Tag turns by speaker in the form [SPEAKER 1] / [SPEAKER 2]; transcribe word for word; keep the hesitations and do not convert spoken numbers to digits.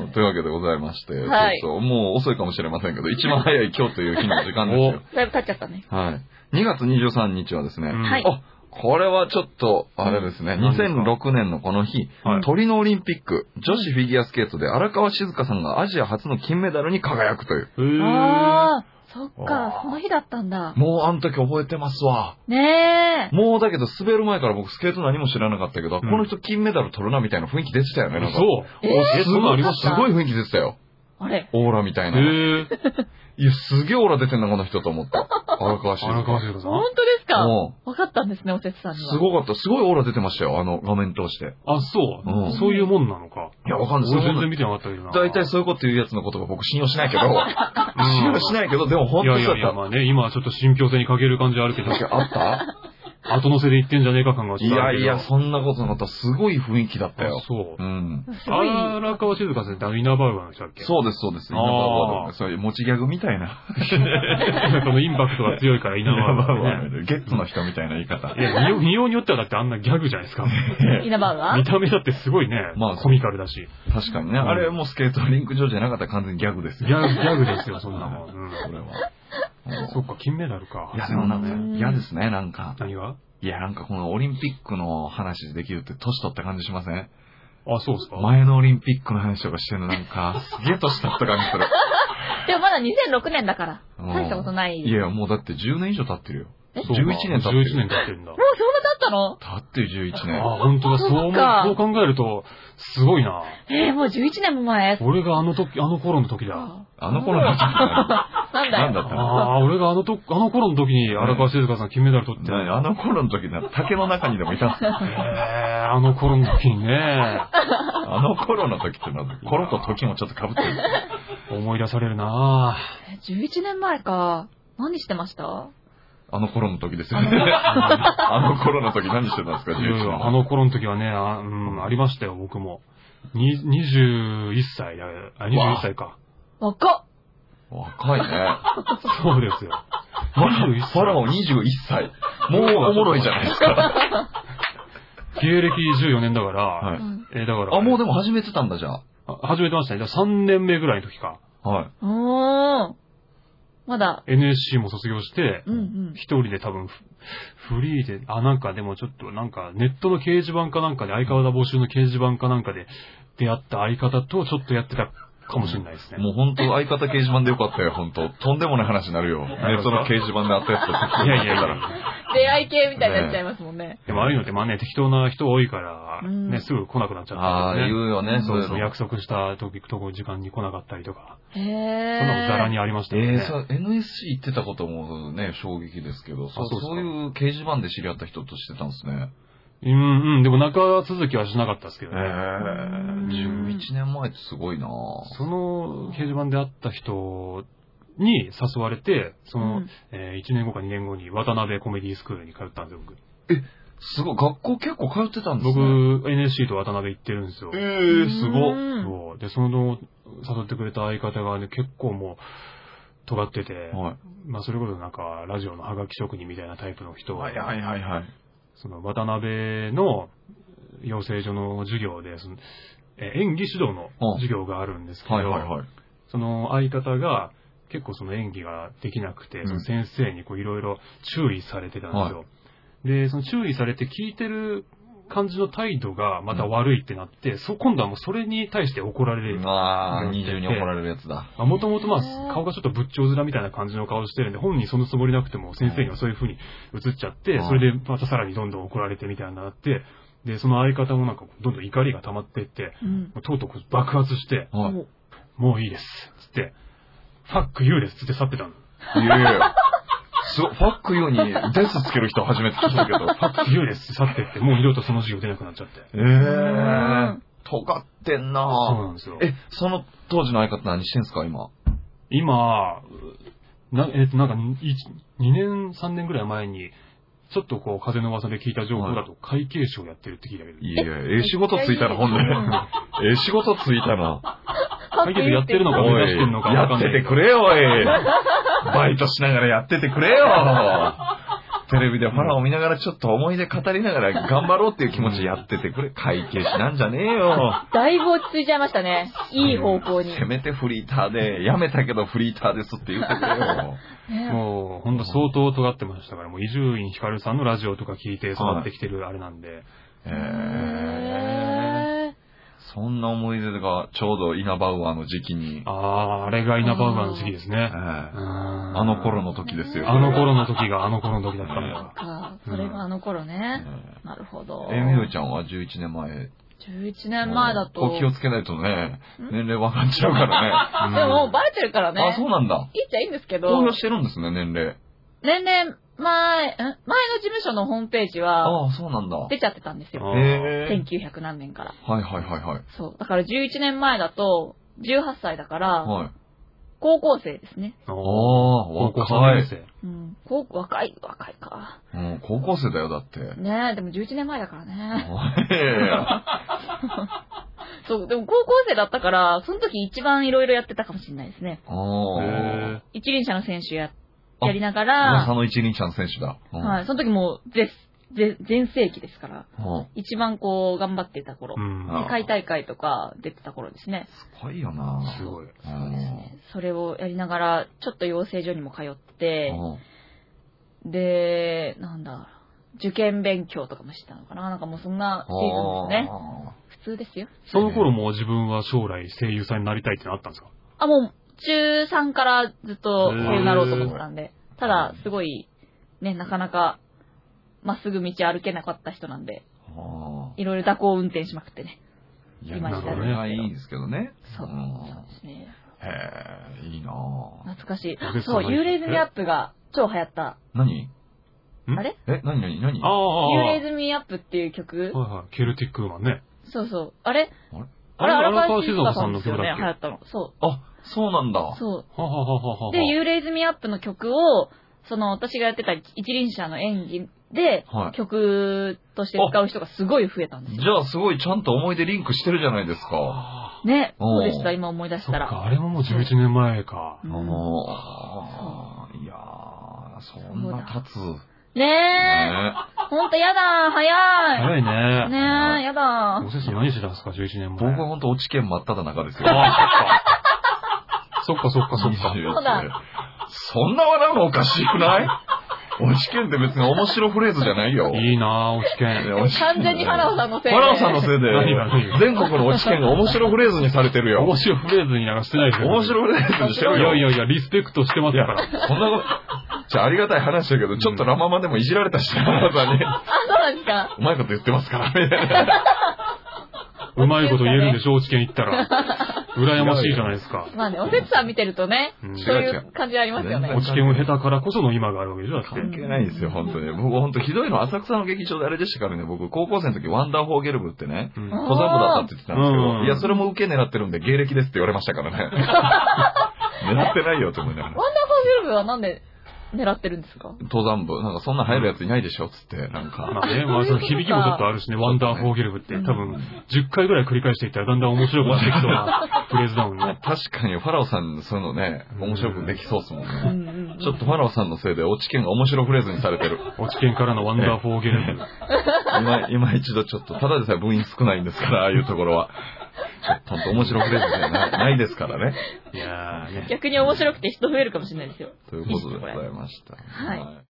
[SPEAKER 1] ー、というわけでございまして、
[SPEAKER 2] はい、
[SPEAKER 1] そうそうもう遅いかもしれませんけど、一番早い今日という日の時間ですよ。
[SPEAKER 2] だいぶ経っちゃったね。
[SPEAKER 1] はい。にがつにじゅうさんにちはですね、
[SPEAKER 2] うん、はい。
[SPEAKER 1] あ、これはちょっと、あれですね、うん、にせんろくねんのこの日、はい、トリノオリンピック、女子フィギュアスケートで荒川静香さんがアジア初の金メダルに輝くという。
[SPEAKER 2] へー。あー。そっか、その日だったんだ。
[SPEAKER 1] もうあの時覚えてますわ。
[SPEAKER 2] ねえ。
[SPEAKER 1] もうだけど滑る前から僕スケート何も知らなかったけど、うん、この人金メダル取るなみたいな雰囲気出てたよね。なんか
[SPEAKER 3] そう。
[SPEAKER 1] えー、すごい、すごい雰囲気出てたよ。
[SPEAKER 2] あれ
[SPEAKER 1] オーラみたいな。へ
[SPEAKER 3] ー。
[SPEAKER 1] いや、すげえオーラ出てんな、この人と思った。荒川静香。
[SPEAKER 3] 荒川静香さん。
[SPEAKER 2] 本当ですか？分かったんですね、おせつさんには。
[SPEAKER 1] すごかった。すごいオーラ出てましたよ、あの画面通して。
[SPEAKER 3] あ、そう。うん、そういうもんなのか。
[SPEAKER 1] いや、わかんない。
[SPEAKER 3] 俺全然見てなかったけどな。
[SPEAKER 1] 大体そういうこと言うやつのことが僕信用しないけど。信用しないけど、でも本当に。
[SPEAKER 3] いやいやいや、まあね、今はちょっと信憑性に欠ける感じあるけど。
[SPEAKER 1] あった
[SPEAKER 3] 後乗せで言ってんじゃねえか感が
[SPEAKER 1] いやいや、そんなことなかった。すごい雰囲気だったよ。
[SPEAKER 3] そう。
[SPEAKER 1] うん。
[SPEAKER 3] 荒川静香さんってあのイナバウアーの人だっけ？
[SPEAKER 1] そうです、そうです。イナバウアーの。そういう持ちギャグみたいな。
[SPEAKER 3] そのインパクトが強いからイナバウアー。
[SPEAKER 1] ゲッツの人みたいな言い方。
[SPEAKER 3] いや、見ようによってはだってあんなギャグじゃないですか。
[SPEAKER 2] イナバウアー？
[SPEAKER 3] 見た目だってすごいね。まあコミカルだし。
[SPEAKER 1] 確かにね。あれもうスケートリンク上じゃなかったら完全にギャグですよ。
[SPEAKER 3] ギャグ、ギャグですよ、そんなもん。
[SPEAKER 1] うん、それは。
[SPEAKER 3] そっか、金メダルか。
[SPEAKER 1] いや、でもなんか嫌ですね、なんか。
[SPEAKER 3] 何が？
[SPEAKER 1] いや、なんかこのオリンピックの話できるって年取った感じしません？あ、
[SPEAKER 3] そうですか？
[SPEAKER 1] 前のオリンピックの話とかしてるのなんか、すげえ年取った感じする。
[SPEAKER 2] でもまだにせんろくねんだから。大したことない。
[SPEAKER 1] いや、もうだってじゅうねん以上経ってるよ。
[SPEAKER 2] え ?
[SPEAKER 1] じゅういちねん経ってる。
[SPEAKER 3] じゅういちねん経ってるんだ。
[SPEAKER 2] もうそんな経ったの？
[SPEAKER 1] 経ってるじゅういちねん。
[SPEAKER 3] ああ、本当だ。そう思う、そう考えると、すごいな。
[SPEAKER 2] えー、もうじゅういちねんも前。
[SPEAKER 3] 俺があの時、あの頃の時だ。
[SPEAKER 1] あの頃の時だ。
[SPEAKER 2] なんだよ。
[SPEAKER 1] なんだったの？
[SPEAKER 3] ああ、俺があのと、あの頃の時に荒川静香さん金メダル取って。
[SPEAKER 1] あの頃の時だ。竹の中にでもいたんですよ。
[SPEAKER 3] えー、あの頃の時にね。
[SPEAKER 1] あの頃の時ってのは、頃と時もちょっと被ってる。
[SPEAKER 3] 思い出されるな
[SPEAKER 2] ぁ。じゅういちねんまえか。何してました？
[SPEAKER 1] あの頃の時ですよね。あの頃の時何してたんですか？
[SPEAKER 3] いやいや、あの頃の時はね、あ、うん、ありましたよ、僕も。に、にじゅういっさいだ、あ、にじゅういっさいか。
[SPEAKER 2] 若っ！
[SPEAKER 1] 若いね。
[SPEAKER 3] そうですよ。
[SPEAKER 1] ファラオにじゅういっさい。もうおもろいじゃないですか。
[SPEAKER 3] 芸歴じゅうよねんだから、
[SPEAKER 1] はい、
[SPEAKER 3] えー、だから。
[SPEAKER 1] あ、もうでも始めてたんだ、じゃあ。
[SPEAKER 3] あ、始めてましたね。じゃあさんねんめぐらいの時か。
[SPEAKER 1] はい。
[SPEAKER 2] おー。まだ。
[SPEAKER 3] エヌエスシー も卒業して、
[SPEAKER 2] うんうん、
[SPEAKER 3] 一人で多分、フリーで、あ、なんかでもちょっとなんかネットの掲示板かなんかで、相川田募集の掲示板かなんかで出会った相方とちょっとやってたかもしれないですね。
[SPEAKER 1] もう本当相方掲示板でよかったよ、本当とんでもない話になるよ。ネットの掲示板で会ったやつと。
[SPEAKER 3] いやいやいや。
[SPEAKER 2] 出会い系みたいになっちゃいますもんね。
[SPEAKER 3] ねでもああいうのってまあね、適当な人多いから、うん、ね、すぐ来なくなっちゃったり、ね。
[SPEAKER 1] ああ、言うよね、
[SPEAKER 3] そうそう。約束した時、とこ時間に来なかったりとか。
[SPEAKER 2] へえ。
[SPEAKER 3] そんなのザラにありましたよね。
[SPEAKER 1] えー、そう、エヌエスシー 行ってたこともね、衝撃ですけど、そう、そういう掲示板で知り合った人としてたんですね。
[SPEAKER 3] うんうん、でも中続きはしなかったですけどね。
[SPEAKER 1] へー、じゅういちねんまえってすごいな。
[SPEAKER 3] その掲示板で会った人に誘われて、その、うん、えー、いちねんごかにねんごに渡辺コメディスクールに通ったんですよ、僕。
[SPEAKER 1] え、すごい、学校結構通ってたんですね。
[SPEAKER 3] 僕、エヌエスシー と渡辺行ってるんですよ。
[SPEAKER 1] えー、すご
[SPEAKER 3] い。そう。で、その、誘ってくれた相方がね、結構もう、尖ってて、はい、まあ、それこそなんか、ラジオのハガキ職人みたいなタイプの人
[SPEAKER 1] はいはいはいはい。
[SPEAKER 3] その、渡辺の養成所の授業で、その、え演技指導の授業があるんですけど、はいはいはい、その相方が結構その演技ができなくて、うん、その先生にこういろいろ注意されてたんですよ、はい。で、その注意されて聞いてる感じの態度がまた悪いってなって、うん、そ今度はもうそれに対して怒られる。
[SPEAKER 1] ああ、二重に怒られるやつだ。
[SPEAKER 3] もともとまあ顔がちょっと仏頂面みたいな感じの顔してるんで、本人そのつもりなくても先生にはそういう風に映っちゃって、それでまたさらにどんどん怒られてみたいになって、で、その相方もなんかどんどん怒りが溜まっていって、うん、とうとう爆発して、はい、もういいです。つって、ファックユーです。つって去ってたの。
[SPEAKER 1] いやいやファックユーにデスつける人初めて聞いたけど、フ
[SPEAKER 3] ァックユーです。去ってって、もう二度とその授業出なくなっちゃって。
[SPEAKER 1] えー。尖ってんなぁ。
[SPEAKER 3] そうなんですよ。
[SPEAKER 1] え、その当時の相方何してんすか、今。
[SPEAKER 3] 今、な、えっと、なんかに、にねん、さんねんぐらい前に、ちょっとこう、風の噂で聞いた情報だと、会計士をやってるって聞いたけど。
[SPEAKER 1] いやいや、ええ仕事ついたらほんで。ええ仕事ついたな。
[SPEAKER 3] 会計士やってるのか目指してるのか分かんない。
[SPEAKER 1] やっててくれよ、おい。バイトしながらやっててくれよ。 テレビでファラオ見ながらちょっと思い出語りながら頑張ろうっていう気持ちやっててくれ。会計士なんじゃねえよ。
[SPEAKER 2] だいぶ落ち着いちゃいましたね。いい方向に。
[SPEAKER 1] せめてフリーターで、やめたけどフリーターですって言ってくれよ。
[SPEAKER 3] もう、ほんと相当尖ってましたから、もう伊集院光さんのラジオとか聞いて育ってきてるあれなんで。
[SPEAKER 1] へー。そんな思い出がちょうどイナバウアーの時期に。
[SPEAKER 3] ああ、あれがイナバウアーの時期ですね。
[SPEAKER 1] あの頃の時ですよ。
[SPEAKER 3] あの頃の時があの頃の時だったんだ。
[SPEAKER 2] それがあの頃ね。なるほど。
[SPEAKER 1] え、みゆちゃんはじゅういちねんまえ。
[SPEAKER 2] じゅういちねんまえだと。
[SPEAKER 1] お気をつけないとね、年齢分かっちゃうから
[SPEAKER 2] ね。でも、バレてるからね。
[SPEAKER 1] あ、そうなんだ。
[SPEAKER 2] いいっちゃいいんですけど。
[SPEAKER 1] 公表してるんですね、年齢。
[SPEAKER 2] 年齢、前、ん前の事務所のホームページは、
[SPEAKER 1] ああ、そうなんだ。
[SPEAKER 2] 出ちゃってたんですよ。
[SPEAKER 1] へえ。
[SPEAKER 2] せんきゅうひゃくなんねんから。
[SPEAKER 1] はいはいはいはい。
[SPEAKER 2] そう。だからじゅういちねんまえだと、じゅうはっさいだから、
[SPEAKER 1] はい。
[SPEAKER 2] 高校生ですね。
[SPEAKER 1] ああ、若い。
[SPEAKER 2] うん。高校、若い、若いか。
[SPEAKER 1] うん、高校生だよ、だって。
[SPEAKER 2] ねえ、でもじゅういちねんまえだからね。
[SPEAKER 1] いやいや
[SPEAKER 2] そう、でも高校生だったから、その時一番いろいろやってたかもしれないですね。
[SPEAKER 1] ああ。
[SPEAKER 2] 一輪車の選手や、やりながら、
[SPEAKER 1] 噂の一輪車の選手だ。
[SPEAKER 2] うん、はい、その時も絶、全盛期ですから、うん、一番こう頑張ってた頃、うん、世界大会とか出てた頃ですね。
[SPEAKER 1] すごいよな。
[SPEAKER 3] すごい。
[SPEAKER 2] そうですね。それをやりながら、ちょっと養成所にも通って、で、なんだ、受験勉強とかもしてたのかな。なんかもうそんなシーズンですね。普通ですよ。
[SPEAKER 3] その頃も自分は将来声優さんになりたいってのあったんですか？
[SPEAKER 2] あ、もう中さんからずっと声優になろうと思ってたんで。ただ、すごい、ね、なかなか、まっすぐ道歩けなかった人なんで、いろいろ蛇行運転しまくってね。
[SPEAKER 1] いや、今時代がいいですけどね。
[SPEAKER 2] そう。そうですね。
[SPEAKER 1] へえ、いいなぁ。
[SPEAKER 2] 懐かしい。そう、幽霊ズミアップが超流行った。
[SPEAKER 1] 何？
[SPEAKER 2] あれ？
[SPEAKER 1] え、何何何？
[SPEAKER 3] ああ。
[SPEAKER 2] 幽霊ズミアップっていう曲？
[SPEAKER 3] はいはい。ケルティックウーマンね。
[SPEAKER 2] そうそう。あれ？
[SPEAKER 3] あれ、荒川静香さんの曲だっけ？
[SPEAKER 2] 流行ったの。そう。
[SPEAKER 1] あ、そうなんだ。
[SPEAKER 2] そう。
[SPEAKER 3] はははは。
[SPEAKER 2] で、幽霊ズミアップの曲を、その、私がやってた一輪車の演技で、はい、曲として使う人がすごい増えたんですよ。
[SPEAKER 1] じゃあすごいちゃんと思い出リンクしてるじゃないですか。
[SPEAKER 2] ね、そうでした、今思い出したら。
[SPEAKER 3] そっか、あれももうじゅういちねんまえか。
[SPEAKER 1] うん、いやー、そんな経つ。
[SPEAKER 2] ねえ。ねほんとやだ、早い。
[SPEAKER 3] 早いね。
[SPEAKER 2] ねえ、やだ。
[SPEAKER 3] おせさん何してたんですか、じゅういちねんまえ。
[SPEAKER 1] 僕はほんと落ち券真っ只中ですよ。
[SPEAKER 3] そっかそっかそっか。
[SPEAKER 2] そうだ。
[SPEAKER 1] そんな笑うのおかしくない？落ち券って別に面白フレーズじゃないよ。
[SPEAKER 3] いいなぁ、落ち券。
[SPEAKER 2] 完全に花尾さんのせいで。
[SPEAKER 1] 花尾さんのせいで、全国の落ち券が面白フレーズにされてるよ。
[SPEAKER 3] 面白フレーズになんかしてないですよ。
[SPEAKER 1] 面白フレーズにしてるよ。
[SPEAKER 3] いやいやいや、リスペクトしてますから。
[SPEAKER 1] そんなこと、じゃあありがたい話だけど、ちょっとラママでもいじられたし、花尾さんに。
[SPEAKER 2] あ、そうなんですか。
[SPEAKER 1] うまいこと言ってますから、みたいな。
[SPEAKER 3] うまいこと言えるんでしょ、落ち券行ったら。羨ましいじゃないですか。
[SPEAKER 2] まあね、おせつさん見てるとね、うん、そういう感じありますよね。
[SPEAKER 3] 落ち券を下手からこその今があるわけでしょ、だって。
[SPEAKER 1] 関係ないですよ、本当に。僕本当ひどいの、浅草の劇場であれでしたからね、僕高校生の時ワンダーフォーゲル部ってね、登山部だったって言ってたんですけど、いや、それも受け狙ってるんで芸歴ですって言われましたからね。狙ってないよって思いながら。
[SPEAKER 2] ワンダーフォーゲル部はなんで狙ってるんですか？
[SPEAKER 1] 登山部。なんかそんな入るやついないでしょつって、なんか。
[SPEAKER 3] まあね、まあその響きもちょっとあるしね、ワンダーフォーゲル部って多分じゅっかいぐらい繰り返していったらだんだん面白くなってきそうなフレーズだもんね。
[SPEAKER 1] 確かにファラオさんそういうのね、面白くできそうですもんね。ちょっとファラオさんのせいで落ち券が面白フレーズにされてる。
[SPEAKER 3] 落ち券からのワンダーフォーゲル部。
[SPEAKER 1] 今、今一度ちょっと、ただでさえ部員少ないんですから、ああいうところは。ちょっと面白フレーズじゃない、ないですからね。
[SPEAKER 3] いやーね。
[SPEAKER 2] 逆に面白くて人増えるかもしれないですよ。
[SPEAKER 1] ということでございました。
[SPEAKER 2] はい。